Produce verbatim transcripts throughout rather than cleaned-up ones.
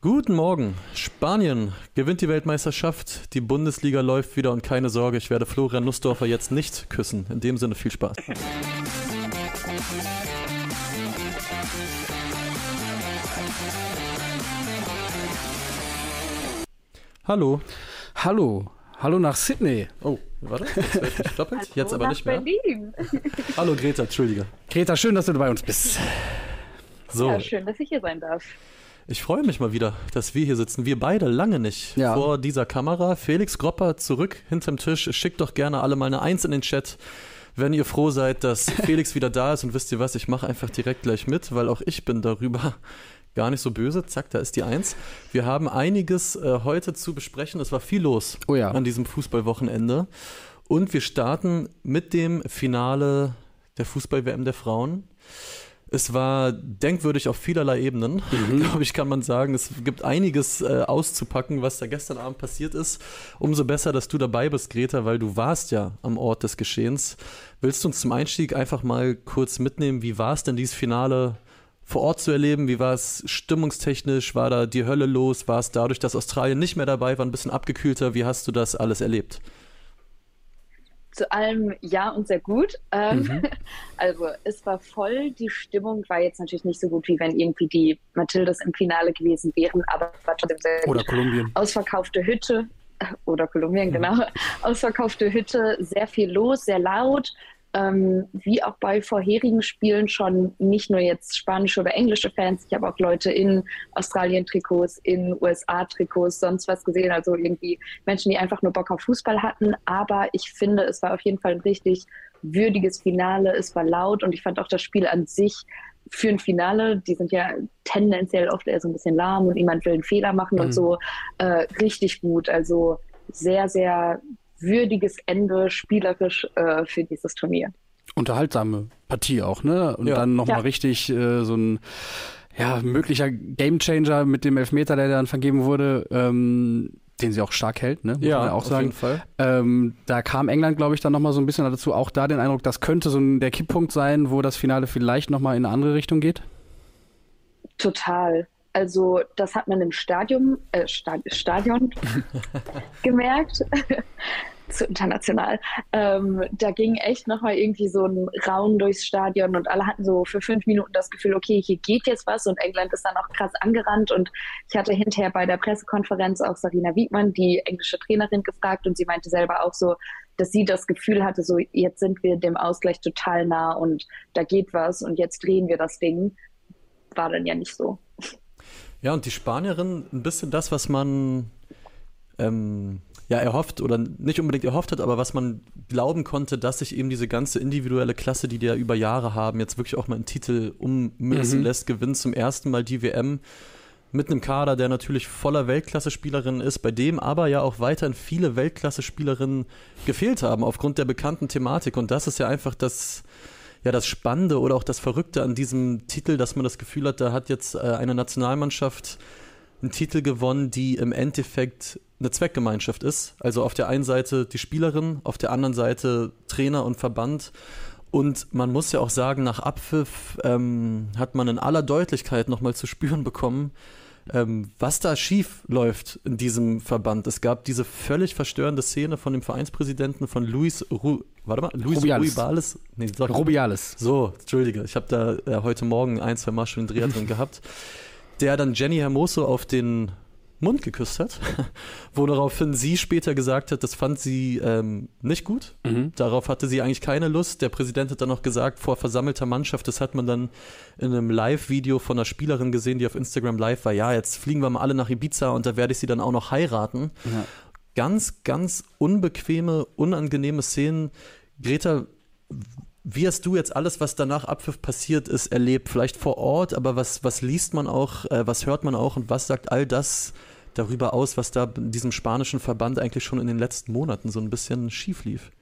Guten Morgen. Spanien gewinnt die Weltmeisterschaft, die Bundesliga läuft wieder und keine Sorge, ich werde Florian Nussdorfer jetzt nicht küssen. In dem Sinne viel Spaß. Hallo. Hallo. Hallo nach Sydney. Oh, warte, jetzt werde ich doppelt. Hallo jetzt aber nicht mehr. Berlin. Hallo Greta, Entschuldige. Greta, schön, dass du bei uns bist. So. Ja, schön, dass ich hier sein darf. Ich freue mich mal wieder, dass wir hier sitzen. Wir beide lange nicht ja. vor dieser Kamera. Felix Gropper zurück hinterm Tisch. Schickt doch gerne alle mal eine Eins in den Chat, wenn ihr froh seid, dass Felix wieder da ist. Und wisst ihr was, ich mache einfach direkt gleich mit, weil auch ich bin darüber gar nicht so böse. Zack, da ist die Eins. Wir haben einiges äh, heute zu besprechen. Es war viel los oh ja. an diesem Fußballwochenende. Und wir starten mit dem Finale der Fußball-W M der Frauen. Es war denkwürdig auf vielerlei Ebenen, mhm. glaube ich, kann man sagen. Es gibt einiges äh, auszupacken, was da gestern Abend passiert ist. Umso besser, dass du dabei bist, Greta, weil du warst ja am Ort des Geschehens. Willst du uns zum Einstieg einfach mal kurz mitnehmen, wie war es denn, dieses Finale vor Ort zu erleben? Wie war es stimmungstechnisch? War da die Hölle los? War es dadurch, dass Australien nicht mehr dabei war, ein bisschen abgekühlter? Wie hast du das alles erlebt? Zu allem ja und sehr gut. Ähm, mhm. Also es war voll, die Stimmung war jetzt natürlich nicht so gut, wie wenn irgendwie die Matildas im Finale gewesen wären, aber war trotzdem sehr Oder Kolumbien. Ausverkaufte Hütte, oder Kolumbien, mhm. genau, ausverkaufte Hütte, sehr viel los, sehr laut. Ähm, wie auch bei vorherigen Spielen schon nicht nur jetzt spanische oder englische Fans, ich habe auch Leute in Australien-Trikots, in U S A-Trikots, sonst was gesehen, also irgendwie Menschen, die einfach nur Bock auf Fußball hatten, aber ich finde, es war auf jeden Fall ein richtig würdiges Finale, es war laut und ich fand auch das Spiel an sich für ein Finale, die sind ja tendenziell oft eher so ein bisschen lahm und niemand will einen Fehler machen mhm. und so, äh, richtig gut, also sehr, sehr würdiges Ende spielerisch äh, für dieses Turnier. Unterhaltsame Partie auch, ne? Und ja. dann nochmal ja. richtig äh, so ein ja, möglicher Gamechanger mit dem Elfmeter, der dann vergeben wurde, ähm, den sie auch stark hält, ne? Muss ja, man ja auch auf sagen. jeden Fall. Ähm, da kam England, glaube ich, dann nochmal so ein bisschen dazu, auch da den Eindruck, das könnte so ein, der Kipppunkt sein, wo das Finale vielleicht nochmal in eine andere Richtung geht? Total. Also das hat man im Stadion, äh, Stad- Stadion gemerkt, zu international. Ähm, da ging echt nochmal irgendwie so ein Raun durchs Stadion und alle hatten so für fünf Minuten das Gefühl, okay, hier geht jetzt was und England ist dann auch krass angerannt und ich hatte hinterher bei der Pressekonferenz auch Sarina Wiegmann, die englische Trainerin, gefragt und sie meinte selber auch so, dass sie das Gefühl hatte, so jetzt sind wir dem Ausgleich total nah und da geht was und jetzt drehen wir das Ding. War dann ja nicht so. Ja, und die Spanierin, ein bisschen das, was man ähm, ja erhofft oder nicht unbedingt erhofft hat, aber was man glauben konnte, dass sich eben diese ganze individuelle Klasse, die die ja über Jahre haben, jetzt wirklich auch mal einen Titel ummünzen mhm. lässt, gewinnt zum ersten Mal die W M mit einem Kader, der natürlich voller Weltklasse-Spielerinnen ist, bei dem aber ja auch weiterhin viele Weltklasse-Spielerinnen gefehlt haben aufgrund der bekannten Thematik und das ist ja einfach das Ja, das Spannende oder auch das Verrückte an diesem Titel, dass man das Gefühl hat, da hat jetzt äh, eine Nationalmannschaft einen Titel gewonnen, die im Endeffekt eine Zweckgemeinschaft ist. Also auf der einen Seite die Spielerin, auf der anderen Seite Trainer und Verband. Und man muss ja auch sagen, nach Abpfiff ähm, hat man in aller Deutlichkeit nochmal zu spüren bekommen, ähm, was da schief läuft in diesem Verband. Es gab diese völlig verstörende Szene von dem Vereinspräsidenten von Luis Ru- Warte mal, Luis Rubiales. Nee, Rubiales. So, Entschuldige, ich habe da äh, heute Morgen ein, zwei Mal schon den Dreher drin gehabt, der dann Jenny Hermoso auf den Mund geküsst hat, wo daraufhin sie später gesagt hat, das fand sie ähm, nicht gut. Mhm. Darauf hatte sie eigentlich keine Lust. Der Präsident hat dann noch gesagt, vor versammelter Mannschaft, das hat man dann in einem Live-Video von einer Spielerin gesehen, die auf Instagram live war, ja, jetzt fliegen wir mal alle nach Ibiza und da werde ich sie dann auch noch heiraten. Ja. Ganz, ganz unbequeme, unangenehme Szenen. Greta, wie hast du jetzt alles, was danach Abpfiff passiert ist, erlebt? Vielleicht vor Ort, aber was, was liest man auch, äh, was hört man auch und was sagt all das darüber aus, was da in diesem spanischen Verband eigentlich schon in den letzten Monaten so ein bisschen schief lief?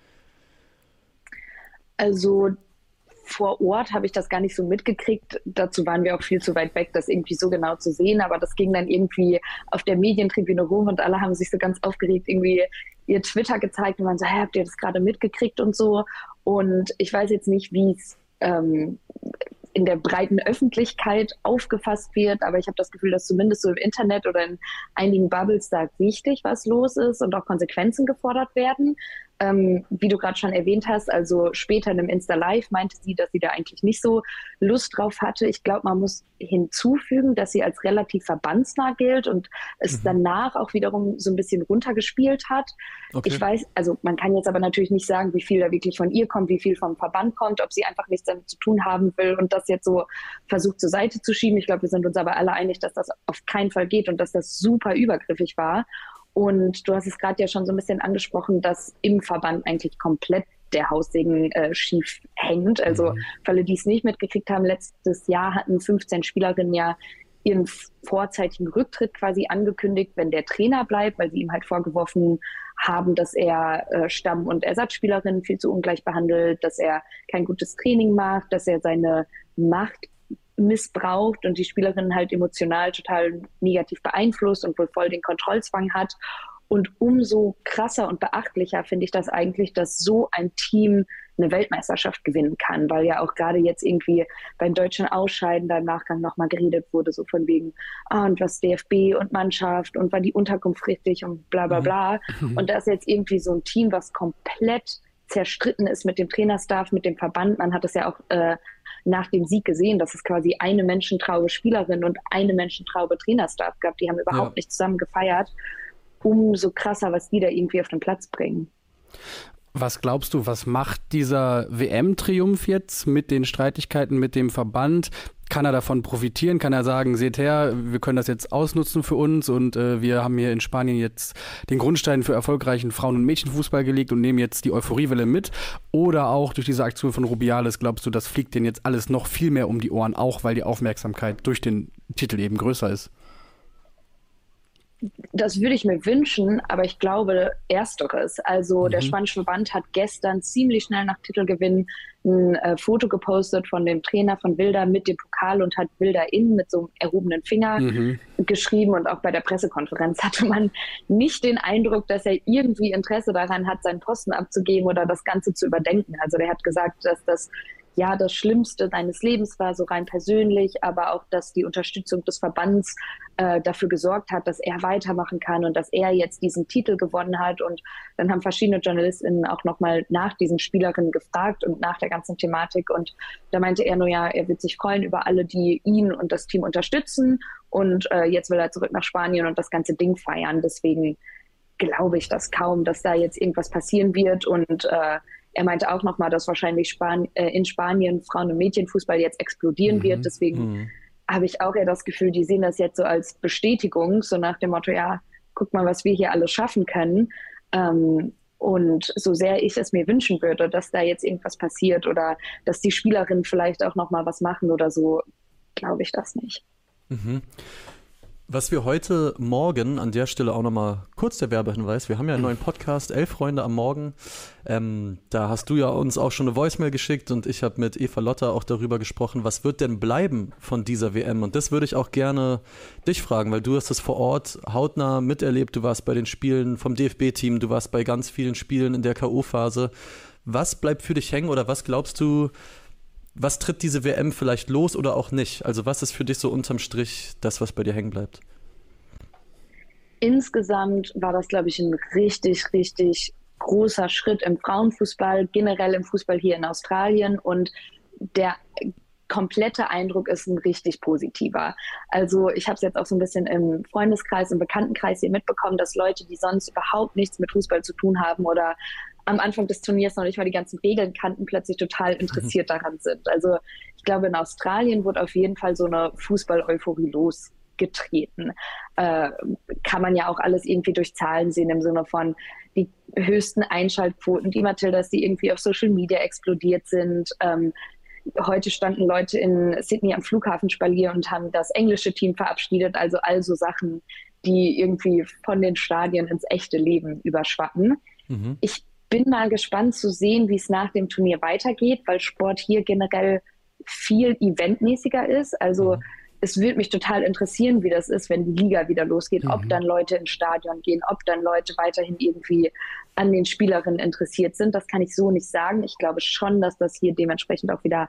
Also vor Ort habe ich das gar nicht so mitgekriegt. Dazu waren wir auch viel zu weit weg, das irgendwie so genau zu sehen. Aber das ging dann irgendwie auf der Medientribüne rum und alle haben sich so ganz aufgeregt irgendwie ihr Twitter gezeigt und man so, hey, habt ihr das gerade mitgekriegt und so. Und ich weiß jetzt nicht, wie es ähm, in der breiten Öffentlichkeit aufgefasst wird. Aber ich habe das Gefühl, dass zumindest so im Internet oder in einigen Bubbles da richtig was los ist und auch Konsequenzen gefordert werden. Ähm, wie du gerade schon erwähnt hast, also später in einem Insta-Live meinte sie, dass sie da eigentlich nicht so Lust drauf hatte. Ich glaube, man muss hinzufügen, dass sie als relativ verbandsnah gilt und es mhm. danach auch wiederum so ein bisschen runtergespielt hat. Okay. Ich weiß, also man kann jetzt aber natürlich nicht sagen, wie viel da wirklich von ihr kommt, wie viel vom Verband kommt, ob sie einfach nichts damit zu tun haben will und das jetzt so versucht zur Seite zu schieben. Ich glaube, wir sind uns aber alle einig, dass das auf keinen Fall geht und dass das super übergriffig war. Und du hast es gerade ja schon so ein bisschen angesprochen, dass im Verband eigentlich komplett der Haussegen äh, schief hängt. Also mhm. für alle, die es nicht mitgekriegt haben, letztes Jahr hatten fünfzehn Spielerinnen ja ihren vorzeitigen Rücktritt quasi angekündigt, wenn der Trainer bleibt, weil sie ihm halt vorgeworfen haben, dass er äh, Stamm- und Ersatzspielerinnen viel zu ungleich behandelt, dass er kein gutes Training macht, dass er seine Macht missbraucht und die Spielerinnen halt emotional total negativ beeinflusst und wohl voll den Kontrollzwang hat. Und umso krasser und beachtlicher finde ich das eigentlich, dass so ein Team eine Weltmeisterschaft gewinnen kann, weil ja auch gerade jetzt irgendwie beim deutschen Ausscheiden da im Nachgang nochmal geredet wurde, so von wegen, ah, und was D F B und Mannschaft und war die Unterkunft richtig und bla bla bla. Mhm. Und da ist jetzt irgendwie so ein Team, was komplett zerstritten ist mit dem Trainerstaff, mit dem Verband. Man hat es ja auch äh, nach dem Sieg gesehen, dass es quasi eine menschentraube Spielerin und eine menschentraube Trainerstaff gab. Die haben überhaupt ja. nicht zusammen gefeiert. Umso krasser, was die da irgendwie auf den Platz bringen. Was glaubst du, was macht dieser W M-Triumph jetzt mit den Streitigkeiten mit dem Verband? Kann er davon profitieren? Kann er sagen, seht her, wir können das jetzt ausnutzen für uns und äh, wir haben hier in Spanien jetzt den Grundstein für erfolgreichen Frauen- und Mädchenfußball gelegt und nehmen jetzt die Euphoriewelle mit? Oder auch durch diese Aktion von Rubiales, glaubst du, das fliegt denen jetzt alles noch viel mehr um die Ohren, auch weil die Aufmerksamkeit durch den Titel eben größer ist? Das würde ich mir wünschen, aber ich glaube Ersteres. Also mhm. der spanische Verband hat gestern ziemlich schnell nach Titelgewinn ein äh, Foto gepostet von dem Trainer von Wilder mit dem Pokal und hat Wilder in mit so einem erhobenen Finger mhm. geschrieben. Und auch bei der Pressekonferenz hatte man nicht den Eindruck, dass er irgendwie Interesse daran hat, seinen Posten abzugeben oder das Ganze zu überdenken. Also der hat gesagt, dass das ja das Schlimmste seines Lebens war, so rein persönlich, aber auch, dass die Unterstützung des Verbands äh, dafür gesorgt hat, dass er weitermachen kann und dass er jetzt diesen Titel gewonnen hat. Und dann haben verschiedene JournalistInnen auch nochmal nach diesen Spielerinnen gefragt und nach der ganzen Thematik. Und da meinte er nur, ja, er wird sich freuen über alle, die ihn und das Team unterstützen. Und äh, jetzt will er zurück nach Spanien und das ganze Ding feiern. Deswegen glaube ich das kaum, dass da jetzt irgendwas passieren wird. Und äh, er meinte auch nochmal, dass wahrscheinlich Span- äh, in Spanien Frauen- und Mädchenfußball jetzt explodieren mhm. wird. Deswegen mhm. habe ich auch eher das Gefühl, die sehen das jetzt so als Bestätigung, so nach dem Motto, ja, guck mal, was wir hier alles schaffen können. Ähm, und so sehr ich es mir wünschen würde, dass da jetzt irgendwas passiert oder dass die Spielerinnen vielleicht auch nochmal was machen oder so, glaube ich das nicht. Mhm. Was wir heute Morgen, an der Stelle auch nochmal kurz der Werbehinweis, wir haben ja einen neuen Podcast, Elf Freunde am Morgen. Ähm, da hast du ja uns auch schon eine Voicemail geschickt und ich habe mit Eva Lotter auch darüber gesprochen, was wird denn bleiben von dieser W M? Und das würde ich auch gerne dich fragen, weil du hast das vor Ort hautnah miterlebt. Du warst bei den Spielen vom D F B-Team, du warst bei ganz vielen Spielen in der K O-Phase. Was bleibt für dich hängen oder was glaubst du, was tritt diese W M vielleicht los oder auch nicht? Also was ist für dich so unterm Strich das, was bei dir hängen bleibt? Insgesamt war das, glaube ich, ein richtig, richtig großer Schritt im Frauenfußball, generell im Fußball hier in Australien. Und der komplette Eindruck ist ein richtig positiver. Also ich habe es jetzt auch so ein bisschen im Freundeskreis, im Bekanntenkreis hier mitbekommen, dass Leute, die sonst überhaupt nichts mit Fußball zu tun haben oder am Anfang des Turniers noch nicht mal die ganzen Regeln kannten, plötzlich total interessiert daran sind. Also ich glaube, in Australien wurde auf jeden Fall so eine Fußball-Euphorie losgetreten. Äh, kann man ja auch alles irgendwie durch Zahlen sehen, im Sinne von die höchsten Einschaltquoten, die Matildas, die irgendwie auf Social Media explodiert sind. Ähm, heute standen Leute in Sydney am Flughafen Spalier und haben das englische Team verabschiedet. Also all so Sachen, die irgendwie von den Stadien ins echte Leben überschwappen. Mhm. Ich bin mal gespannt zu sehen, wie es nach dem Turnier weitergeht, weil Sport hier generell viel eventmäßiger ist. Also mhm. es würde mich total interessieren, wie das ist, wenn die Liga wieder losgeht, mhm. ob dann Leute ins Stadion gehen, ob dann Leute weiterhin irgendwie an den Spielerinnen interessiert sind. Das kann ich so nicht sagen. Ich glaube schon, dass das hier dementsprechend auch wieder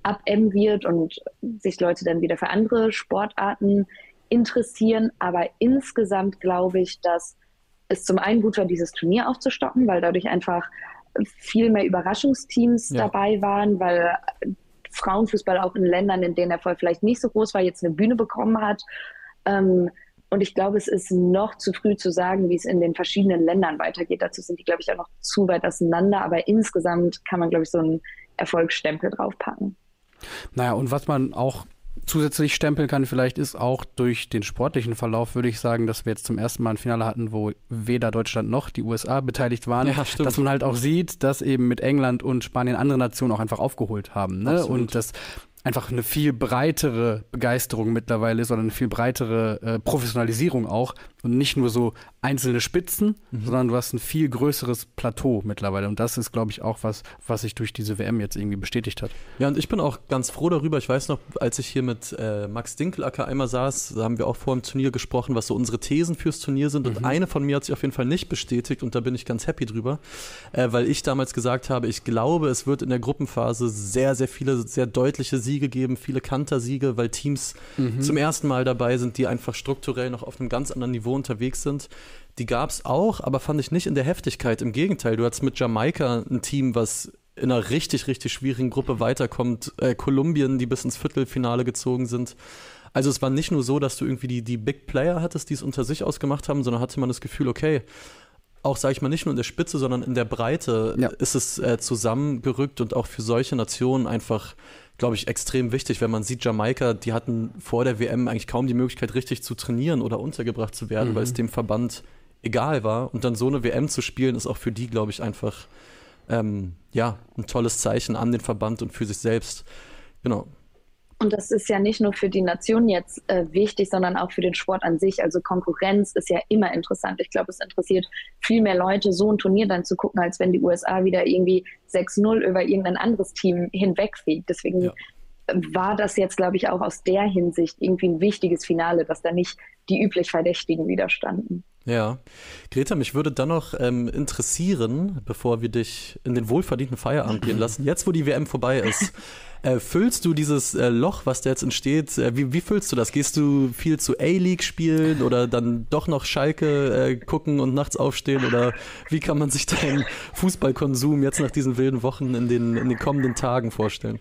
abebben wird und sich Leute dann wieder für andere Sportarten interessieren. Aber insgesamt glaube ich, dass es zum einen gut war, dieses Turnier aufzustocken, weil dadurch einfach viel mehr Überraschungsteams ja. dabei waren, weil Frauenfußball auch in Ländern, in denen er vorher vielleicht nicht so groß war, jetzt eine Bühne bekommen hat. Ähm, und ich glaube, es ist noch zu früh zu sagen, wie es in den verschiedenen Ländern weitergeht. Dazu sind die, glaube ich, auch noch zu weit auseinander. Aber insgesamt kann man, glaube ich, so einen Erfolgsstempel draufpacken. Naja, und was man auch zusätzlich stempeln kann vielleicht ist auch durch den sportlichen Verlauf, würde ich sagen, dass wir jetzt zum ersten Mal ein Finale hatten, wo weder Deutschland noch die U S A beteiligt waren, ja, dass man halt auch sieht, dass eben mit England und Spanien andere Nationen auch einfach aufgeholt haben. Ne? Und das einfach eine viel breitere Begeisterung mittlerweile ist oder eine viel breitere äh, Professionalisierung auch und nicht nur so einzelne Spitzen, mhm. sondern du hast ein viel größeres Plateau mittlerweile und das ist, glaube ich, auch was, was sich durch diese W M jetzt irgendwie bestätigt hat. Ja, und ich bin auch ganz froh darüber. Ich weiß noch, als ich hier mit äh, Max Dinkelacker einmal saß, da haben wir auch vor dem Turnier gesprochen, was so unsere Thesen fürs Turnier sind mhm. und eine von mir hat sich auf jeden Fall nicht bestätigt und da bin ich ganz happy drüber, äh, weil ich damals gesagt habe, ich glaube, es wird in der Gruppenphase sehr, sehr viele, sehr deutliche Siege geben, viele Kantersiege, weil Teams mhm. zum ersten Mal dabei sind, die einfach strukturell noch auf einem ganz anderen Niveau unterwegs sind. Die gab es auch, aber fand ich nicht in der Heftigkeit. Im Gegenteil, du hattest mit Jamaika ein Team, was in einer richtig, richtig schwierigen Gruppe weiterkommt. Äh, Kolumbien, die bis ins Viertelfinale gezogen sind. Also es war nicht nur so, dass du irgendwie die, die Big Player hattest, die es unter sich ausgemacht haben, sondern hatte man das Gefühl, okay, auch, sage ich mal, nicht nur in der Spitze, sondern in der Breite ja. ist es äh, zusammengerückt und auch für solche Nationen einfach, glaube ich, extrem wichtig, wenn man sieht, Jamaika, die hatten vor der W M eigentlich kaum die Möglichkeit, richtig zu trainieren oder untergebracht zu werden, mhm. weil es dem Verband egal war. Und dann so eine W M zu spielen, ist auch für die, glaube ich, einfach ähm, ja, ein tolles Zeichen an den Verband und für sich selbst. Genau. Und das ist ja nicht nur für die Nation jetzt äh, wichtig, sondern auch für den Sport an sich. Also Konkurrenz ist ja immer interessant. Ich glaube, es interessiert viel mehr Leute, so ein Turnier dann zu gucken, als wenn die U S A wieder irgendwie sechs null über irgendein anderes Team hinwegfliegt. Deswegen ja. war das jetzt, glaube ich, auch aus der Hinsicht irgendwie ein wichtiges Finale, dass da nicht die üblich Verdächtigen widerstanden. Ja. Greta, mich würde dann noch ähm, interessieren, bevor wir dich in den wohlverdienten Feierabend gehen lassen, jetzt wo die W M vorbei ist, äh, füllst du dieses äh, Loch, was da jetzt entsteht, äh, wie, wie füllst du das? Gehst du viel zu A-League spielen oder dann doch noch Schalke äh, gucken und nachts aufstehen oder wie kann man sich deinen Fußballkonsum jetzt nach diesen wilden Wochen in den, in den kommenden Tagen vorstellen?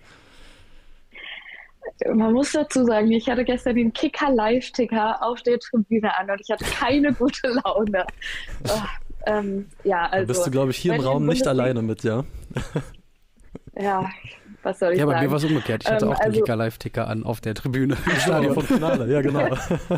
Man muss dazu sagen, ich hatte gestern den Kicker-Live-Ticker auf der Tribüne an und ich hatte keine gute Laune. Oh, ähm, ja, also, da bist du, glaube ich, hier im Raum nicht alleine mit, ja? Ja, was soll ich ja, sagen? Ja, bei mir war es umgekehrt. Ich hatte ähm, auch den also, Kicker-Live-Ticker an auf der Tribüne im Stadion vom Finale. Ja, genau.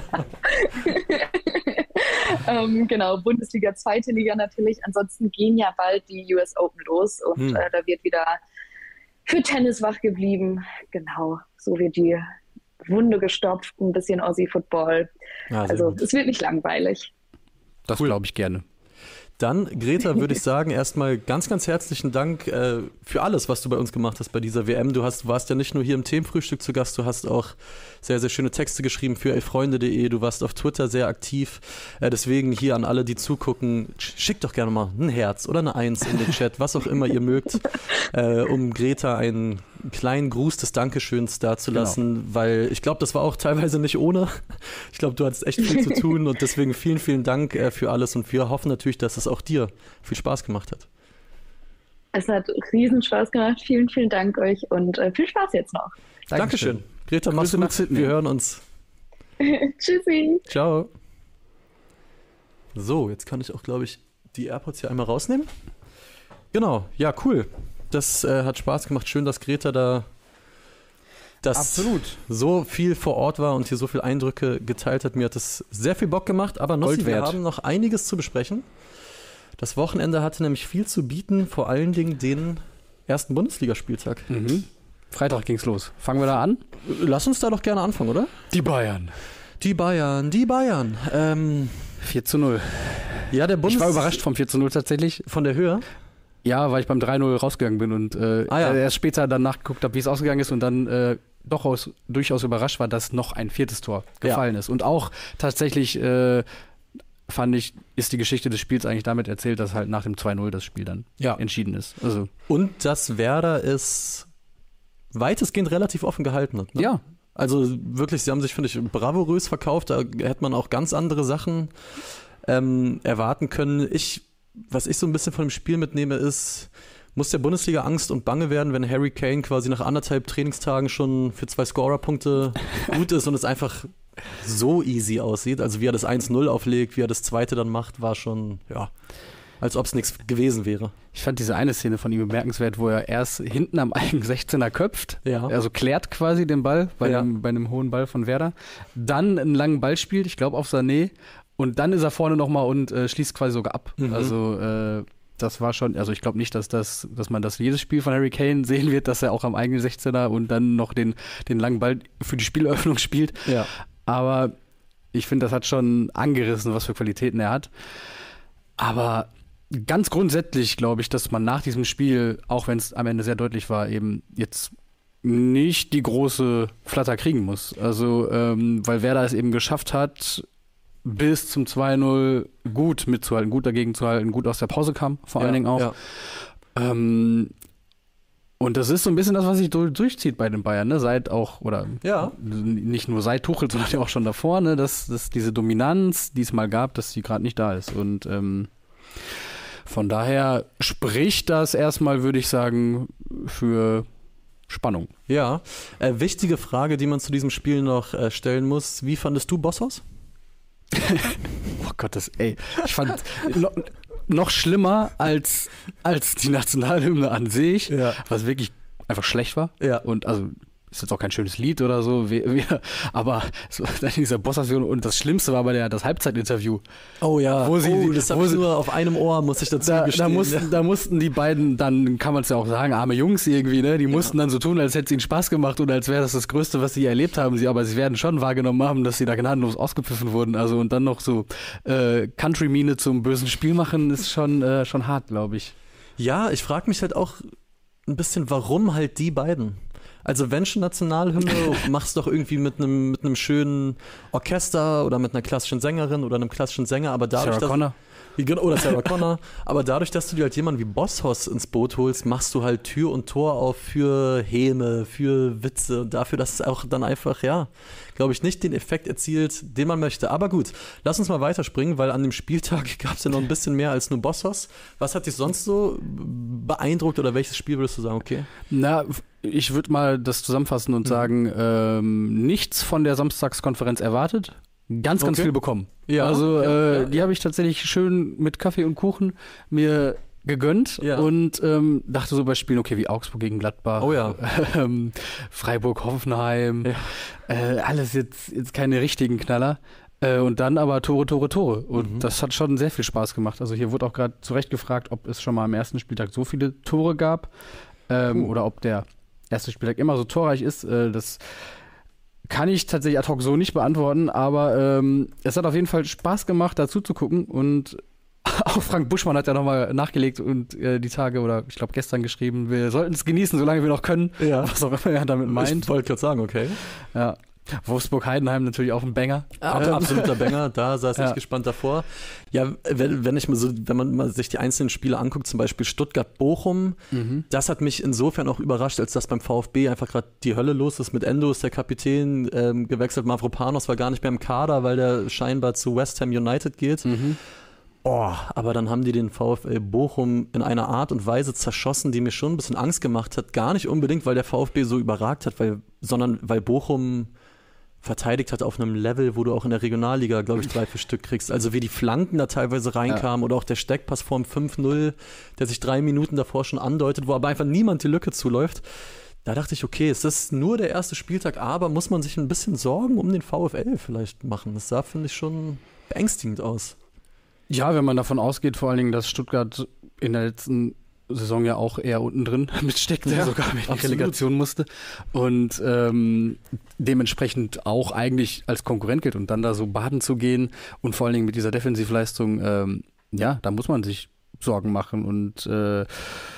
ähm, genau, Bundesliga, zweite Liga natürlich. Ansonsten gehen ja bald die U S Open los und hm. äh, da wird wieder für Tennis wach geblieben. Genau, so wird die Wunde gestopft, ein bisschen Aussie-Football. Ja, also gut. Es wird nicht langweilig. Das cool. glaube ich gerne. Dann, Greta, würde ich sagen, erstmal ganz, ganz herzlichen Dank äh, für alles, was du bei uns gemacht hast bei dieser W M. Du hast, warst ja nicht nur hier im Themenfrühstück zu Gast, du hast auch sehr, sehr schöne Texte geschrieben für elfreunde punkt de. Du warst auf Twitter sehr aktiv. Äh, deswegen hier an alle, die zugucken, schickt doch gerne mal ein Herz oder eine Eins in den Chat, was auch immer ihr mögt, äh, um Greta einen kleinen Gruß des Dankeschöns dazulassen, genau. weil ich glaube, das war auch teilweise nicht ohne. Ich glaube, du hattest echt viel zu tun und deswegen vielen, vielen Dank äh, für alles und wir hoffen natürlich, dass es auch dir viel Spaß gemacht hat. Es hat riesen Spaß gemacht. Vielen, vielen Dank euch und äh, viel Spaß jetzt noch. Dankeschön. Dankeschön. Greta, mach's gut. Wir hören uns. Tschüssi. Ciao. So, jetzt kann ich auch, glaube ich, die AirPods hier einmal rausnehmen. Genau, ja, cool. Das äh, hat Spaß gemacht. Schön, dass Greta da das Absolut. so viel vor Ort war und hier so viele Eindrücke geteilt hat. Mir hat das sehr viel Bock gemacht. Aber Nossi, wir haben noch einiges zu besprechen. Das Wochenende hatte nämlich viel zu bieten, vor allen Dingen den ersten Bundesligaspieltag. Mhm. Freitag ging's los. Fangen wir da an? Lass uns da doch gerne anfangen, oder? Die Bayern. Die Bayern, die Bayern. Ähm, vier zu null. Ja, der Bundes- ich war überrascht vom vier zu null tatsächlich. Von der Höhe? Ja, weil ich beim drei null rausgegangen bin und äh, ah, ja. erst später dann nachgeguckt habe, wie es ausgegangen ist und dann äh, doch aus, durchaus überrascht war, dass noch ein viertes Tor gefallen ja. ist. Und auch tatsächlich äh, fand ich, ist die Geschichte des Spiels eigentlich damit erzählt, dass halt nach dem zwei null das Spiel dann ja. entschieden ist. Also. Und dass Werder es weitestgehend relativ offen gehalten hat. Ne? Ja. Also wirklich, sie haben sich, finde ich, bravourös verkauft. Da hätte man auch ganz andere Sachen ähm, erwarten können. Ich, was ich so ein bisschen von dem Spiel mitnehme, ist, muss der Bundesliga Angst und Bange werden, wenn Harry Kane quasi nach anderthalb Trainingstagen schon für zwei Scorerpunkte gut ist und es einfach so easy aussieht. Also wie er das eins null auflegt, wie er das zweite dann macht, war schon, ja, als ob es nichts gewesen wäre. Ich fand diese eine Szene von ihm bemerkenswert, wo er erst hinten am eigenen sechzehner köpft, Ja. also klärt quasi den Ball bei, Ja. dem, bei einem hohen Ball von Werder, dann einen langen Ball spielt, ich glaube auf Sané, und dann ist er vorne nochmal und äh, schließt quasi sogar ab. Mhm. Also äh, das war schon, also ich glaube nicht, dass das, dass man das jedes Spiel von Harry Kane sehen wird, dass er auch am eigenen sechzehner und dann noch den, den langen Ball für die Spieleröffnung spielt. Ja. Aber ich finde, das hat schon angerissen, was für Qualitäten er hat. Aber ganz grundsätzlich glaube ich, dass man nach diesem Spiel, auch wenn es am Ende sehr deutlich war, eben jetzt nicht die große Flatter kriegen muss. Also, ähm, weil Werder es eben geschafft hat, bis zum zwei null gut mitzuhalten, gut dagegen zu halten, gut aus der Pause kam, vor allen ja, Dingen auch. Ja. Ähm, und das ist so ein bisschen das, was sich durchzieht bei den Bayern, ne? Seit auch, oder Ja. nicht nur seit Tuchel, sondern auch schon davor, ne? Dass, dass diese Dominanz, die es mal gab, dass sie gerade nicht da ist. Und ähm, von daher spricht das erstmal, würde ich sagen, für Spannung. Ja. Äh, wichtige Frage, die man zu diesem Spiel noch äh, stellen muss. Wie fandest du Bosshaus? Oh Gott, das, ey, ich fand no, noch schlimmer als, als die Nationalhymne an sich, Ja. was wirklich einfach schlecht war. Ja. Und also ist jetzt auch kein schönes Lied oder so, wie, wie, aber so in dieser Boss-Version, und das Schlimmste war aber der, das Halbzeitinterview. Oh ja, Wo sie- oh, das wo habe ich sie- nur auf einem Ohr, muss ich dazu Da, da, gestehen. mussten, da mussten die beiden, dann kann man es ja auch sagen, arme Jungs irgendwie, ne? Die mussten dann so tun, als hätte es ihnen Spaß gemacht und als wäre das das Größte, was sie je erlebt haben. Sie, aber sie werden schon wahrgenommen haben, dass sie da gnadenlos ausgepfiffen wurden. Also und dann noch so äh, Country-Miene zum bösen Spiel machen, ist schon, äh, schon hart, glaube ich. Ja, ich frage mich halt auch ein bisschen, warum halt die beiden? Also wenn schon Nationalhymne, mach's doch irgendwie mit einem mit einem schönen Orchester oder mit einer klassischen Sängerin oder einem klassischen Sänger, aber dadurch, Sarah dass, Connor. oder Sarah Connor, aber dadurch, dass du dir halt jemanden wie Bosshaus ins Boot holst, machst du halt Tür und Tor auf für Häme, für Witze und dafür, dass es auch dann einfach, ja, glaube ich, nicht den Effekt erzielt, den man möchte. Aber gut, lass uns mal weiterspringen, weil an dem Spieltag gab es ja noch ein bisschen mehr als nur Bosshaus. Was hat dich sonst so beeindruckt oder welches Spiel würdest du sagen, okay? Na, ich würde mal das zusammenfassen und Mhm. sagen, ähm, nichts von der Samstagskonferenz erwartet. Ganz, ganz Okay. viel bekommen. Ja, also ja, äh, ja, die ja. habe ich tatsächlich schön mit Kaffee und Kuchen mir gegönnt Ja. und ähm, dachte so bei Spielen, okay, wie Augsburg gegen Gladbach, Oh ja. ähm, Freiburg, Hoffenheim, Ja. äh, alles jetzt, jetzt keine richtigen Knaller. Äh, und dann aber Tore, Tore, Tore. Und Mhm. das hat schon sehr viel Spaß gemacht. Also hier wurde auch gerade zu Recht gefragt, ob es schon mal am ersten Spieltag so viele Tore gab ähm, Puh. oder ob der erste Spieltag immer so torreich ist. Äh, das kann ich tatsächlich ad hoc so nicht beantworten, aber ähm, es hat auf jeden Fall Spaß gemacht, dazu zu gucken. Und auch Frank Buschmann hat ja nochmal nachgelegt und äh, die Tage oder ich glaube gestern geschrieben, wir sollten es genießen, solange wir noch können. Ja. Was auch immer er damit meint. Ich wollte gerade sagen, okay. Ja. Wolfsburg-Heidenheim natürlich auch ein Banger. Ab, Ähm, absoluter Banger, da saß Ja. ich gespannt davor. Ja, wenn, wenn ich mal so, wenn man mal sich die einzelnen Spiele anguckt, zum Beispiel Stuttgart-Bochum, Mhm. das hat mich insofern auch überrascht, als dass beim VfB einfach gerade die Hölle los ist. Mit Endo ist der Kapitän ähm, gewechselt, Mavropanos war gar nicht mehr im Kader, weil der scheinbar zu West Ham United geht. Mhm. Oh, aber dann haben die den VfL Bochum in einer Art und Weise zerschossen, die mir schon ein bisschen Angst gemacht hat. Gar nicht unbedingt, weil der VfB so überragt hat, weil, sondern weil Bochum verteidigt hat auf einem Level, wo du auch in der Regionalliga, glaube ich, drei, vier Stück kriegst. Also wie die Flanken da teilweise reinkamen oder auch der Steckpass vorm fünf null, der sich drei Minuten davor schon andeutet, wo aber einfach niemand die Lücke zuläuft. Da dachte ich, okay, es ist nur der erste Spieltag, aber muss man sich ein bisschen Sorgen um den VfL vielleicht machen? Das sah, finde ich, schon beängstigend aus. Ja, wenn man davon ausgeht, vor allen Dingen, dass Stuttgart in der letzten Saison ja auch eher unten drin mitsteckte, Ja, sogar wenn die absolut. Relegation musste und ähm, dementsprechend auch eigentlich als Konkurrent gilt und dann da so baden zu gehen und vor allen Dingen mit dieser Defensivleistung, ähm, ja, da muss man sich Sorgen machen und äh,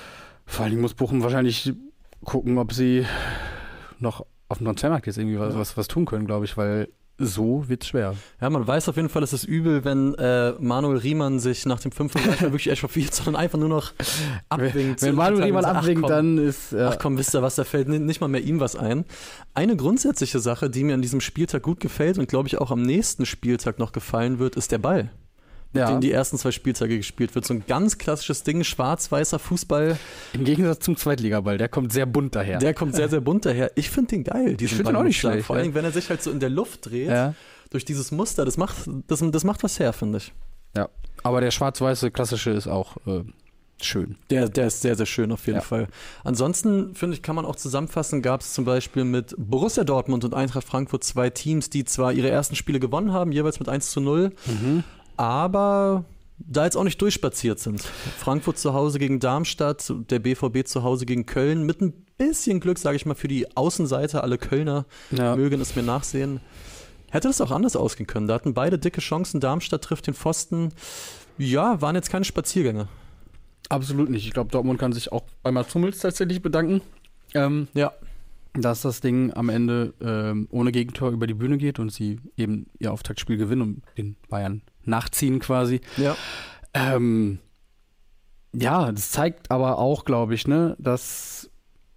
vor allen Dingen muss Bochum wahrscheinlich gucken, ob sie noch auf dem Transfermarkt jetzt irgendwie was, Ja. was, was tun können, glaube ich, weil so wird's schwer. Ja, man weiß auf jeden Fall, es ist übel, wenn äh, Manuel Riemann sich nach dem fünften Mal wirklich echauffiert, sondern einfach nur noch abwinkt. Wenn Manuel Riemann abwinkt, dann ist... Ja. Ach komm, wisst ihr was, da fällt nicht mal mehr ihm was ein. Eine grundsätzliche Sache, die mir an diesem Spieltag gut gefällt und glaube ich auch am nächsten Spieltag noch gefallen wird, ist der Ball. Mit Ja. dem die ersten zwei Spieltage gespielt wird. So ein ganz klassisches Ding, schwarz-weißer Fußball. Im Gegensatz zum Zweitligaball, der kommt sehr bunt daher. Der kommt sehr, sehr bunt daher. Ich finde den geil, diesen find den auch nicht Ball. schlecht, Vor allem, ja. wenn er sich halt so in der Luft dreht, Ja. durch dieses Muster, das macht, das, das macht was her, finde ich. Ja, aber der schwarz-weiße klassische ist auch äh, schön. Der, der ist sehr, sehr schön auf jeden Ja. Fall. Ansonsten, finde ich, kann man auch zusammenfassen, gab es zum Beispiel mit Borussia Dortmund und Eintracht Frankfurt zwei Teams, die zwar ihre ersten Spiele gewonnen haben, jeweils mit eins zu null, Mhm. aber da jetzt auch nicht durchspaziert sind. Frankfurt zu Hause gegen Darmstadt, der B V B zu Hause gegen Köln, mit ein bisschen Glück, sage ich mal, für die Außenseiter, alle Kölner Ja. mögen es mir nachsehen. Hätte das auch anders ausgehen können. Da hatten beide dicke Chancen. Darmstadt trifft den Pfosten. Ja, waren jetzt keine Spaziergänge. Absolut nicht. Ich glaube, Dortmund kann sich auch bei Mats Hummels tatsächlich bedanken, ähm, Ja. dass das Ding am Ende ähm, ohne Gegentor über die Bühne geht und sie eben ihr Auftaktspiel gewinnen und den Bayern nachziehen quasi. Ja. Ähm, ja, das zeigt aber auch, glaube ich, ne, dass,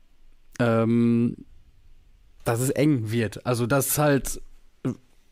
ähm, dass es eng wird. Also, dass halt äh,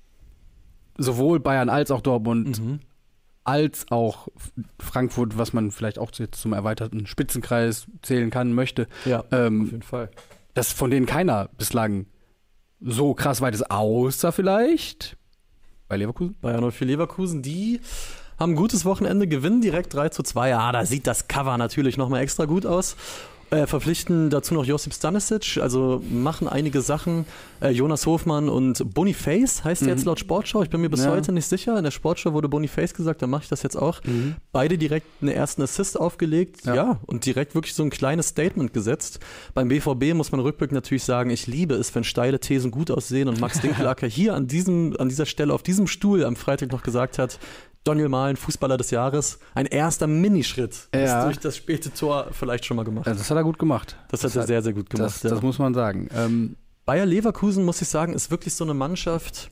sowohl Bayern als auch Dortmund Mhm. als auch Frankfurt, was man vielleicht auch jetzt zum erweiterten Spitzenkreis zählen kann, möchte, Ja, auf ähm, jeden Fall. dass von denen keiner bislang so krass weit ist, außer vielleicht bei Leverkusen. Bayern null vier Leverkusen, die haben ein gutes Wochenende, gewinnen direkt drei zu zwei. Ja, da sieht das Cover natürlich nochmal extra gut aus. Äh, verpflichten dazu noch Josip Stanisic, also machen einige Sachen. Äh, Jonas Hofmann und Boniface heißt der Mhm. jetzt laut Sportschau. Ich bin mir bis Ja. heute nicht sicher. In der Sportschau wurde Boniface gesagt, dann mache ich das jetzt auch. Mhm. Beide direkt einen ersten Assist aufgelegt, ja. Ja. und direkt wirklich so ein kleines Statement gesetzt. Beim B V B muss man rückblickend natürlich sagen, ich liebe es, wenn steile Thesen gut aussehen und Max Dinkelacker hier an, diesem, an dieser Stelle auf diesem Stuhl am Freitag noch gesagt hat, Daniel Mahlen, Fußballer des Jahres, ein erster Minischritt ist Ja. durch das späte Tor vielleicht schon mal gemacht. Also das hat er gut gemacht. Das hat er sehr, sehr gut gemacht. Das, ja. das muss man sagen. Ähm, Bayer Leverkusen, muss ich sagen, ist wirklich so eine Mannschaft,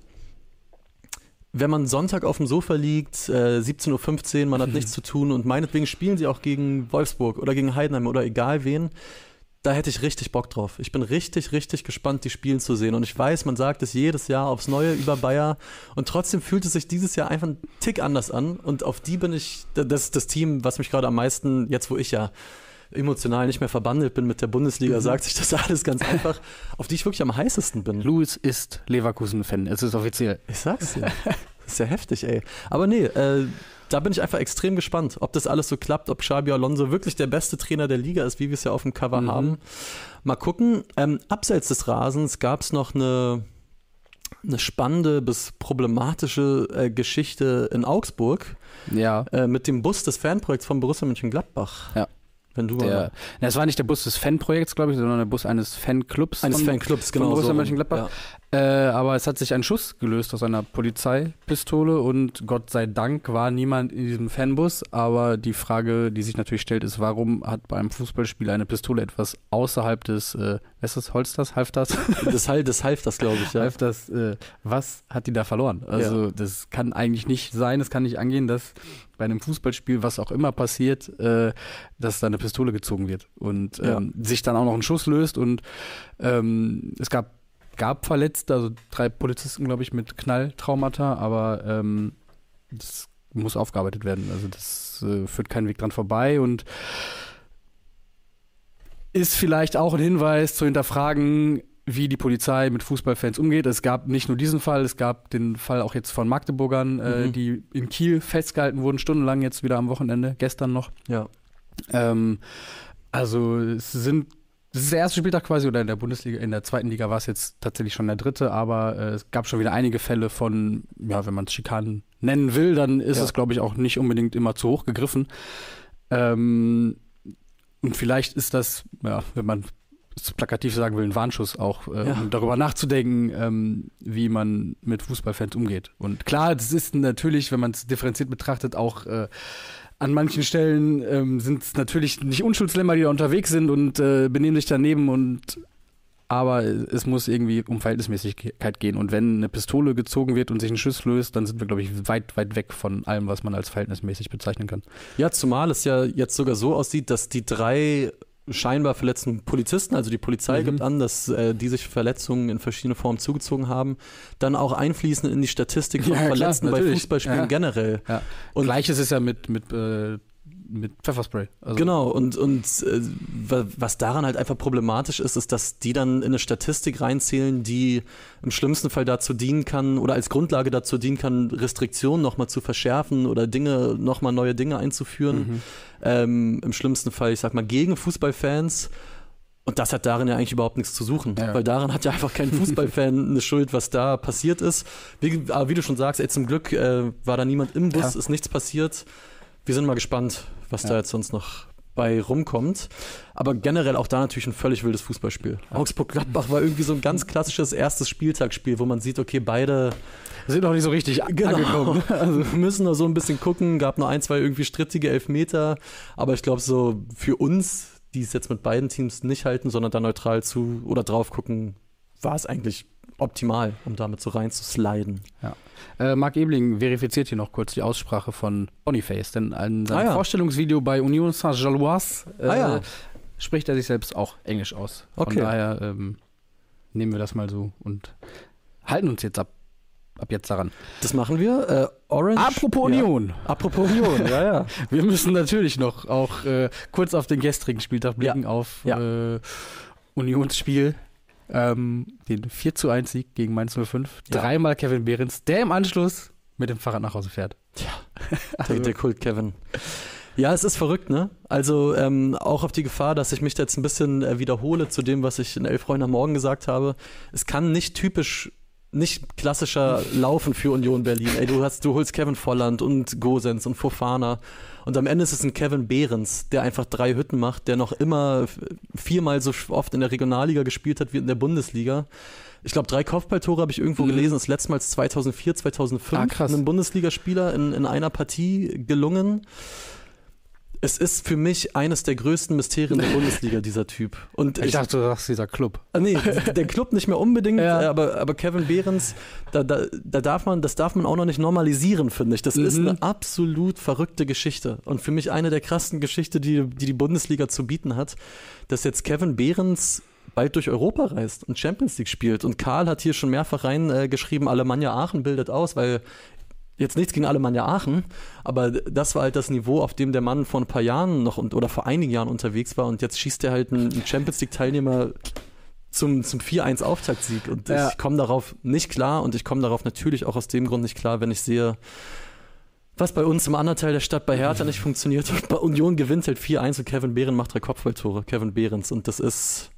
wenn man Sonntag auf dem Sofa liegt, äh, siebzehn Uhr fünfzehn, man hat nichts zu tun und meinetwegen spielen sie auch gegen Wolfsburg oder gegen Heidenheim oder egal wen, da hätte ich richtig Bock drauf. Ich bin richtig, richtig gespannt, die spielen zu sehen. Und ich weiß, man sagt es jedes Jahr aufs Neue über Bayer und trotzdem fühlt es sich dieses Jahr einfach einen Tick anders an und auf die bin ich, das ist das Team, was mich gerade am meisten, jetzt wo ich ja emotional nicht mehr verbandelt bin mit der Bundesliga, Mhm. sagt sich das alles ganz einfach, auf die ich wirklich am heißesten bin. Louis ist Leverkusen-Fan. Es ist offiziell. Ich sag's dir. Das ist ja heftig, ey. Aber nee, äh, da bin ich einfach extrem gespannt, ob das alles so klappt, ob Xabi Alonso wirklich der beste Trainer der Liga ist, wie wir es ja auf dem Cover Mhm. haben. Mal gucken. Ähm, abseits des Rasens gab es noch eine, eine spannende bis problematische äh, Geschichte in Augsburg Ja. äh, mit dem Bus des Fanprojekts von Borussia Mönchengladbach. Ja. Wenn du Der, na, es war nicht der Bus des Fanprojekts, glaube ich, sondern der Bus eines Fanclubs. eines von- Fanclubs, genau. von Borussia so. Mönchengladbach. Äh, aber es hat sich ein Schuss gelöst aus einer Polizeipistole und Gott sei Dank war niemand in diesem Fanbus. Aber die Frage, die sich natürlich stellt, ist, warum hat bei einem Fußballspiel eine Pistole etwas außerhalb des, äh, was ist das, Holsters, Halfters? Ja. Das, half, das half das, glaube ich. Ja. Halfters, äh, was hat die da verloren? Also das kann eigentlich nicht sein, es kann nicht angehen, dass bei einem Fußballspiel, was auch immer passiert, äh, dass da eine Pistole gezogen wird und ähm, sich dann auch noch ein Schuss löst und ähm, es gab gab Verletzte, also drei Polizisten, glaube ich, mit Knalltraumata, aber ähm, das muss aufgearbeitet werden. Also das äh, führt keinen Weg dran vorbei und ist vielleicht auch ein Hinweis zu hinterfragen, wie die Polizei mit Fußballfans umgeht. Es gab nicht nur diesen Fall, es gab den Fall auch jetzt von Magdeburgern, äh, Mhm. die in Kiel festgehalten wurden, stundenlang jetzt wieder am Wochenende, gestern noch. Ja. Ähm, also es sind Das ist der erste Spieltag quasi, oder in der Bundesliga, in der zweiten Liga war es jetzt tatsächlich schon der dritte, aber äh, es gab schon wieder einige Fälle von, ja, wenn man es Schikanen nennen will, dann ist Ja. es, glaube ich, auch nicht unbedingt immer zu hoch gegriffen. Ähm, und vielleicht ist das, ja, wenn man es plakativ sagen will, ein Warnschuss auch, äh, Ja. um darüber nachzudenken, ähm, wie man mit Fußballfans umgeht. Und klar, das ist natürlich, wenn man es differenziert betrachtet, auch äh, an manchen Stellen ähm, sind es natürlich nicht Unschuldslämmer, die da unterwegs sind und äh, benehmen sich daneben und aber es muss irgendwie um Verhältnismäßigkeit gehen. Und wenn eine Pistole gezogen wird und sich ein Schuss löst, dann sind wir, glaube ich, weit, weit weg von allem, was man als verhältnismäßig bezeichnen kann. Ja, zumal es ja jetzt sogar so aussieht, dass die drei scheinbar verletzten Polizisten, also die Polizei mhm. gibt an, dass äh, die sich Verletzungen in verschiedene Formen zugezogen haben, dann auch einfließen in die Statistik von ja, Verletzten klar, bei Fußballspielen ja. generell. Ja. Und Gleiches ist ja mit, mit, äh, mit Pfefferspray. Also genau, und, und äh, was daran halt einfach problematisch ist, ist, dass die dann in eine Statistik reinzählen, die im schlimmsten Fall dazu dienen kann oder als Grundlage dazu dienen kann, Restriktionen nochmal zu verschärfen oder Dinge, nochmal neue Dinge einzuführen. Mhm. Ähm, im schlimmsten Fall, ich sag mal, gegen Fußballfans. Und das hat darin ja eigentlich überhaupt nichts zu suchen, ja. weil daran hat ja einfach kein Fußballfan eine Schuld, was da passiert ist. Wie, aber wie du schon sagst, ey, zum Glück äh, war da niemand im Bus, ja. ist nichts passiert. Wir sind mal gespannt, was ja. da jetzt sonst noch bei rumkommt. Aber generell auch da natürlich ein völlig wildes Fußballspiel. Ja. Augsburg-Gladbach war irgendwie so ein ganz klassisches erstes Spieltagsspiel, wo man sieht, okay, beide sind noch nicht so richtig genau. angekommen. Also wir müssen noch so ein bisschen gucken. Gab nur ein, zwei irgendwie strittige Elfmeter. Aber ich glaube, so für uns, die es jetzt mit beiden Teams nicht halten, sondern da neutral zu oder drauf gucken, war es eigentlich optimal, um damit so rein zu sliden. Ja. Äh, Marc Ebling verifiziert hier noch kurz die Aussprache von Boniface, denn in seinem ah, ja. Vorstellungsvideo bei Union Saint-Gilloise äh, ah, ja. spricht er sich selbst auch Englisch aus. Von okay. daher ähm, nehmen wir das mal so und halten uns jetzt ab, ab jetzt daran. Das machen wir. Äh, Orange. Apropos Union. Ja. Apropos Union, ja, ja. Wir müssen natürlich noch auch äh, kurz auf den gestrigen Spieltag blicken, ja. auf ja. Äh, Unionsspiel. Ähm, den vier zu eins Sieg gegen Mainz null fünf. Ja. Dreimal Kevin Behrens, der im Anschluss mit dem Fahrrad nach Hause fährt. Tja, also. der, der Kult Kevin. Ja, es ist verrückt, ne? Also ähm, auch auf die Gefahr, dass ich mich da jetzt ein bisschen äh, wiederhole zu dem, was ich in Elf Freunde am Morgen gesagt habe. Es kann nicht typisch, nicht klassischer laufen für Union Berlin. Ey, du hast, du holst Kevin Volland und Gosens und Fofana. Und am Ende ist es ein Kevin Behrens, der einfach drei Hütten macht, der noch immer viermal so oft in der Regionalliga gespielt hat wie in der Bundesliga. Ich glaube, drei Kopfballtore habe ich irgendwo mhm. gelesen. Das letzte Mal zweitausendvier, zweitausendfünf ah, einem Bundesligaspieler in, in einer Partie gelungen. Es ist für mich eines der größten Mysterien der Bundesliga, dieser Typ. Und ich, ich dachte, du sagst dieser Club. Ah, nee, der Club nicht mehr unbedingt, ja. aber, aber Kevin Behrens, da, da, da darf man, das darf man auch noch nicht normalisieren, finde ich. Das mhm. ist eine absolut verrückte Geschichte. Und für mich eine der krassen Geschichten, die, die die Bundesliga zu bieten hat, dass jetzt Kevin Behrens bald durch Europa reist und Champions League spielt. Und Karl hat hier schon mehrfach reingeschrieben, äh, Alemannia Aachen bildet aus, weil jetzt nichts gegen Alemannia Aachen, aber das war halt das Niveau, auf dem der Mann vor ein paar Jahren noch und, oder vor einigen Jahren unterwegs war und jetzt schießt er halt einen Champions League-Teilnehmer zum, zum vier eins Auftaktsieg und ja. ich komme darauf nicht klar und ich komme darauf natürlich auch aus dem Grund nicht klar, wenn ich sehe, was bei uns im anderen Teil der Stadt bei Hertha nicht funktioniert und bei Union gewinnt halt vier eins und Kevin Behrens macht drei Kopfballtore, Kevin Behrens und das ist,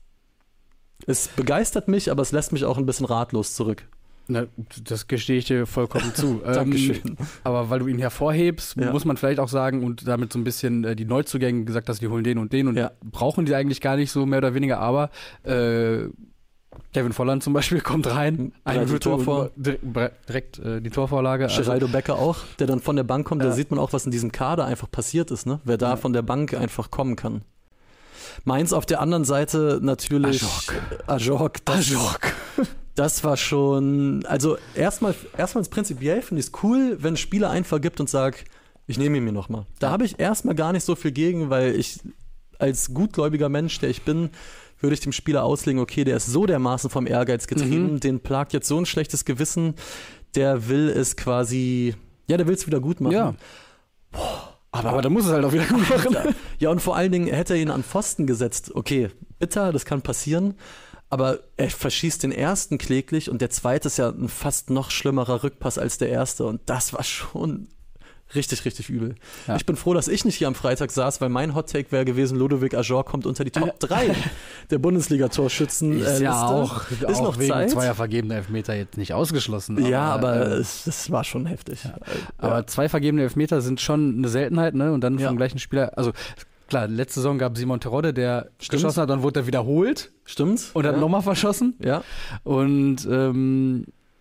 es begeistert mich, aber es lässt mich auch ein bisschen ratlos zurück. Na, das gestehe ich dir vollkommen zu. Dankeschön. Ähm, aber weil du ihn hervorhebst, ja. muss man vielleicht auch sagen und damit so ein bisschen äh, die Neuzugänge gesagt hast, die holen den und den und ja. brauchen die eigentlich gar nicht so mehr oder weniger, aber äh, Kevin Volland zum Beispiel kommt rein, ein Tor vor, direkt äh, die Torvorlage. Geraldo also, Becker auch, der dann von der Bank kommt, ja. da sieht man auch, was in diesem Kader einfach passiert ist, ne? Wer da ja. von der Bank einfach kommen kann. Mainz auf der anderen Seite natürlich Ajorc. Ajorc. Das war schon, also erstmal erstmal prinzipiell finde ich es cool, wenn ein Spieler einen vergibt und sagt, ich nehme ihn mir nochmal. Da habe ich erstmal gar nicht so viel gegen, weil ich als gutgläubiger Mensch, der ich bin, würde ich dem Spieler auslegen, okay, der ist so dermaßen vom Ehrgeiz getrieben, mhm. den plagt jetzt so ein schlechtes Gewissen, der will es quasi, ja, der will es wieder gut machen. Ja. Boah, aber, aber da muss es halt auch wieder gut machen. Ja, und vor allen Dingen hätte er ihn an Pfosten gesetzt. Okay, bitter, das kann passieren. Aber er verschießt den ersten kläglich und der zweite ist ja ein fast noch schlimmerer Rückpass als der erste. Und das war schon richtig, richtig übel. Ja. Ich bin froh, dass ich nicht hier am Freitag saß, weil mein Hot-Take wäre gewesen, Ludovic Ajorc kommt unter die Top drei der Bundesliga-Torschützen. Ist ja auch, ist auch noch wegen Zeit. zweier vergebener Elfmeter jetzt nicht ausgeschlossen. Aber, ja, aber äh, es, das war schon heftig. Ja. Aber ja. zwei vergebene Elfmeter sind schon eine Seltenheit, ne? Und dann ja. vom gleichen Spieler, also klar, letzte Saison gab Simon Terodde, der Stimmt. geschossen hat, dann wurde er wiederholt. Stimmt. Und hat ja. nochmal verschossen. Ja. Und ähm,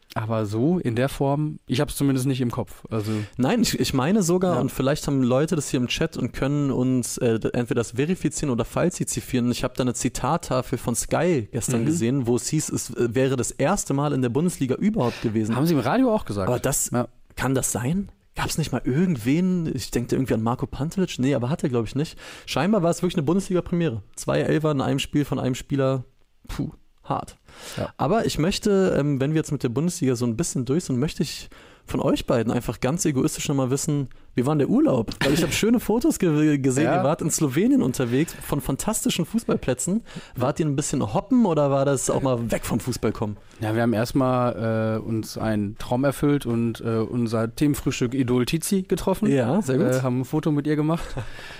Aber so in der Form, ich habe es zumindest nicht im Kopf. Also Nein, ich, ich meine sogar, Ja. und vielleicht haben Leute das hier im Chat und können uns äh, entweder das verifizieren oder falsifizieren. Ich habe da eine Zitattafel von Sky gestern Mhm. gesehen, wo es hieß, es äh, wäre das erste Mal in der Bundesliga überhaupt gewesen. haben sie im Radio auch gesagt. Aber das, Ja. kann das sein? Gab es nicht mal irgendwen, ich denke irgendwie an Marco Pantelic? Nee, aber hat er glaube ich nicht. Scheinbar war es wirklich eine Bundesliga-Premiere. Zwei Elfer in einem Spiel von einem Spieler, puh, hart. Ja. Aber ich möchte, ähm, wenn wir jetzt mit der Bundesliga so ein bisschen durch sind, möchte ich von euch beiden einfach ganz egoistisch nochmal wissen, wie war denn der Urlaub? Weil ich habe schöne Fotos ge gesehen, Ja. ihr wart in Slowenien unterwegs, von fantastischen Fußballplätzen. Wart ihr ein bisschen hoppen oder war das auch mal weg vom Fußball kommen? Ja, wir haben erstmal äh, uns einen Traum erfüllt und äh, unser Themenfrühstück Idol Tizi getroffen. Ja, sehr gut. Äh, haben ein Foto mit ihr gemacht.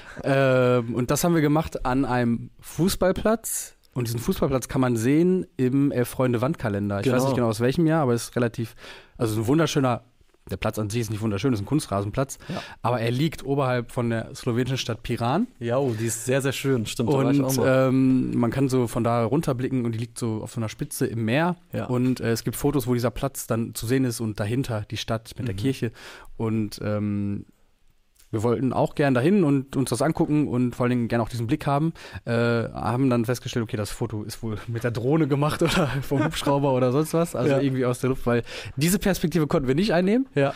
ähm, und das haben wir gemacht an einem Fußballplatz. Und diesen Fußballplatz kann man sehen im Elf-Freunde-Wandkalender. Ich Genau. weiß nicht genau aus welchem Jahr, aber es ist relativ, also ein wunderschöner, der Platz an sich ist nicht wunderschön, es ist ein Kunstrasenplatz, Ja. aber er liegt oberhalb von der slowenischen Stadt Piran. Ja, oh, die ist sehr, sehr schön, stimmt. da war ich auch Und mal. ähm, man kann so von da runterblicken und die liegt so auf so einer Spitze im Meer. Ja. Und äh, es gibt Fotos, wo dieser Platz dann zu sehen ist und dahinter die Stadt mit der Mhm. Kirche. Und ähm, wir wollten auch gern dahin und uns das angucken und vor allen Dingen gerne auch diesen Blick haben. Äh, haben dann festgestellt, okay, das Foto ist wohl mit der Drohne gemacht oder vom Hubschrauber oder sonst was. Also Ja. irgendwie aus der Luft, weil diese Perspektive konnten wir nicht einnehmen. Ja.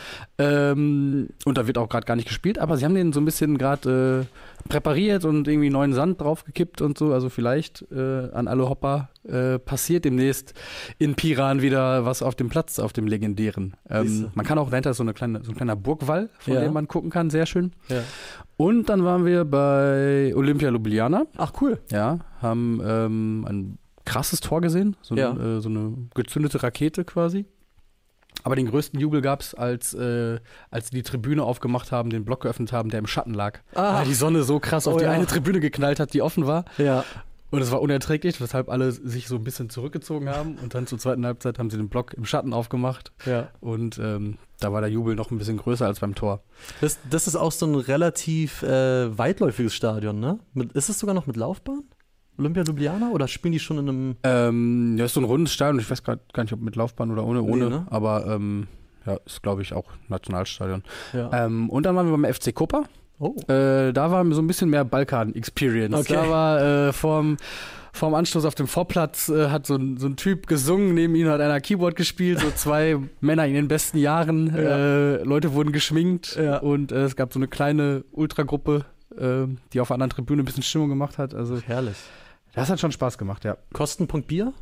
Ähm, und da wird auch gerade gar nicht gespielt, aber sie haben den so ein bisschen gerade äh, präpariert und irgendwie neuen Sand draufgekippt und so. Also vielleicht äh, an alle Hopper äh, passiert demnächst in Piran wieder was auf dem Platz, auf dem legendären. Ähm, Siehste. man kann auch dahinter ist so, eine kleine, so ein kleiner Burgwall, von Ja. dem man gucken kann, sehr schön. Ja. Und dann waren wir bei Olympia Ljubljana, Ach, cool. ja, haben ähm, ein krasses Tor gesehen, so, Ja. ein, äh, so eine gezündete Rakete quasi. Aber den größten Jubel gab es, als, äh, als die Tribüne aufgemacht haben, den Block geöffnet haben, der im Schatten lag. Ah. Weil die Sonne so krass auf Oh die ja. eine Tribüne geknallt hat, die offen war. Ja. Und es war unerträglich, weshalb alle sich so ein bisschen zurückgezogen haben. Und dann zur zweiten Halbzeit haben sie den Block im Schatten aufgemacht. Ja. Und ähm, da war der Jubel noch ein bisschen größer als beim Tor. Das, das ist auch so ein relativ äh, weitläufiges Stadion, ne? Mit, ist es sogar noch mit Laufbahn? Olympia Ljubljana? Oder spielen die schon in einem. Ähm, ja, ist so ein rundes Stadion. Ich weiß grad gar nicht, ob mit Laufbahn oder ohne. ohne Nee, ne? Aber ähm, ja, ist, glaube ich, auch Nationalstadion. Ja. Ähm, und dann waren wir beim F C Koper. Oh. Äh, da war so ein bisschen mehr Balkan-Experience. Okay. Da war äh, vorm, vorm Anstoß auf dem Vorplatz äh, hat so ein, so ein Typ gesungen, neben ihm hat einer Keyboard gespielt, so zwei Männer in den besten Jahren. Ja. Äh, Leute wurden geschminkt Ja. und äh, es gab so eine kleine Ultragruppe, äh, die auf einer anderen Tribüne ein bisschen Stimmung gemacht hat. Also Herrlich. das hat schon Spaß gemacht, ja. Kostenpunkt Bier?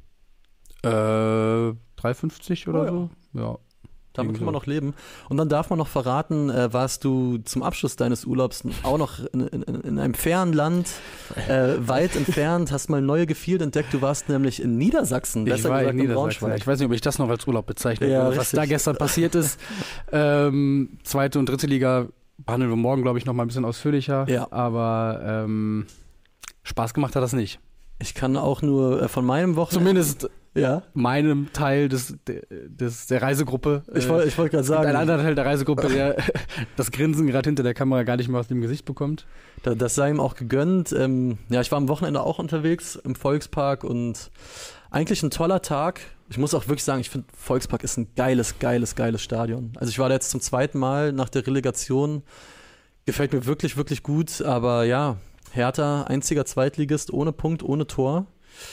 Äh, drei fünfzig oder Oh ja. so? Ja. Damit Irgendwie kann man so. noch leben. Und dann darf man noch verraten, äh, warst du zum Abschluss deines Urlaubs auch noch in, in, in einem fernen Land, äh, weit entfernt, hast mal neue Gefilde entdeckt. Du warst nämlich in Niedersachsen, Ich besser war gesagt in in Niedersachsen. Braunschweig. Ich weiß nicht, ob ich das noch als Urlaub bezeichne, Ja, was richtig. da gestern passiert ist. Ähm, zweite und dritte Liga behandeln wir morgen, glaube ich, noch mal ein bisschen ausführlicher. Ja. Aber ähm, Spaß gemacht hat das nicht. Ich kann auch nur äh, von meinem Wochenende. Zumindest Ja. meinem Teil des, des, der Reisegruppe. Ich wollte ich wollt gerade Und sagen, ein anderer Teil der Reisegruppe, der das Grinsen gerade hinter der Kamera gar nicht mehr aus dem Gesicht bekommt. da, das sei ihm auch gegönnt. Ähm, ja, ich war am Wochenende auch unterwegs im Volkspark und eigentlich ein toller Tag. Ich muss auch wirklich sagen, ich finde, Volkspark ist ein geiles, geiles, geiles Stadion. Also ich war da jetzt zum zweiten Mal nach der Relegation. Gefällt mir wirklich, wirklich gut. Aber ja, Hertha, einziger Zweitligist, ohne Punkt, ohne Tor.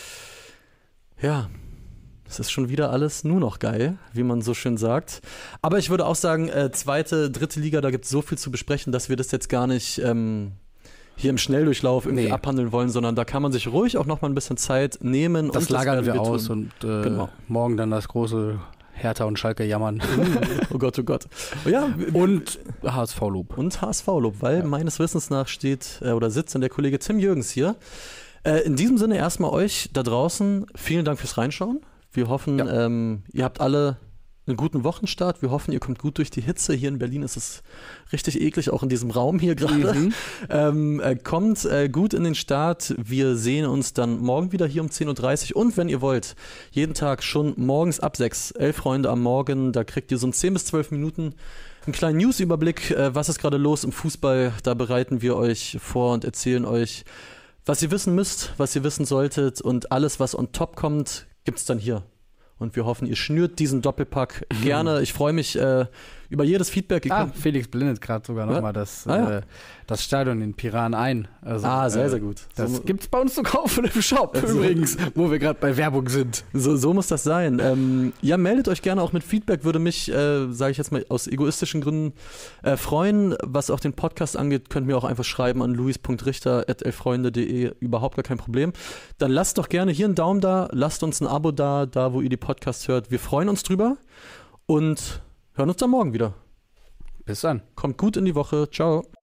Ja, es ist schon wieder alles nur noch geil, wie man so schön sagt. Aber ich würde auch sagen, äh, zweite, dritte Liga, da gibt es so viel zu besprechen, dass wir das jetzt gar nicht ähm, hier im Schnelldurchlauf irgendwie Nee. abhandeln wollen, sondern da kann man sich ruhig auch noch mal ein bisschen Zeit nehmen. Das und lagern werden wir tun. aus und äh, Genau. morgen dann das große Hertha und Schalke jammern. Oh Gott, oh Gott. Oh ja, Und H S V-Lob. und H S V-Lob, weil Ja. meines Wissens nach steht äh, oder sitzt dann der Kollege Tim Jürgens hier. Äh, in diesem Sinne erstmal euch da draußen vielen Dank fürs Reinschauen. Wir hoffen, Ja. ähm, ihr habt alle einen guten Wochenstart. Wir hoffen, ihr kommt gut durch die Hitze. Hier in Berlin ist es richtig eklig, auch in diesem Raum hier gerade. Mhm. Ähm, äh, kommt äh, gut in den Start. Wir sehen uns dann morgen wieder hier um zehn Uhr dreißig. Und wenn ihr wollt, jeden Tag schon morgens ab sechs, elf Freunde am Morgen. Da kriegt ihr so in zehn bis zwölf Minuten einen kleinen News-Überblick. Äh, was ist gerade los im Fußball? Da bereiten wir euch vor und erzählen euch, was ihr wissen müsst, was ihr wissen solltet. Und alles, was on top kommt, gibt's dann hier. Und wir hoffen, ihr schnürt diesen Doppelpack gerne. Ich freue mich äh, über jedes Feedback. Ihr ah, könnt, Felix blendet gerade sogar ja? nochmal das, ah, ja. äh, das Stadion in Piran ein. Also, ah, sehr, äh, sehr gut. Das so, gibt's bei uns zu kaufen im Shop also, übrigens, wo wir gerade bei Werbung sind. So, so muss das sein. Ähm, ja, meldet euch gerne auch mit Feedback. Würde mich, äh, sage ich jetzt mal, aus egoistischen Gründen äh, freuen. Was auch den Podcast angeht, könnt ihr mir auch einfach schreiben an luis punkt richter at elffreunde punkt de. Überhaupt gar kein Problem. Dann lasst doch gerne hier einen Daumen da. Lasst uns ein Abo da, da wo ihr die Podcasts hört. Wir freuen uns drüber und hören uns dann morgen wieder. Bis dann. Kommt gut in die Woche. Ciao.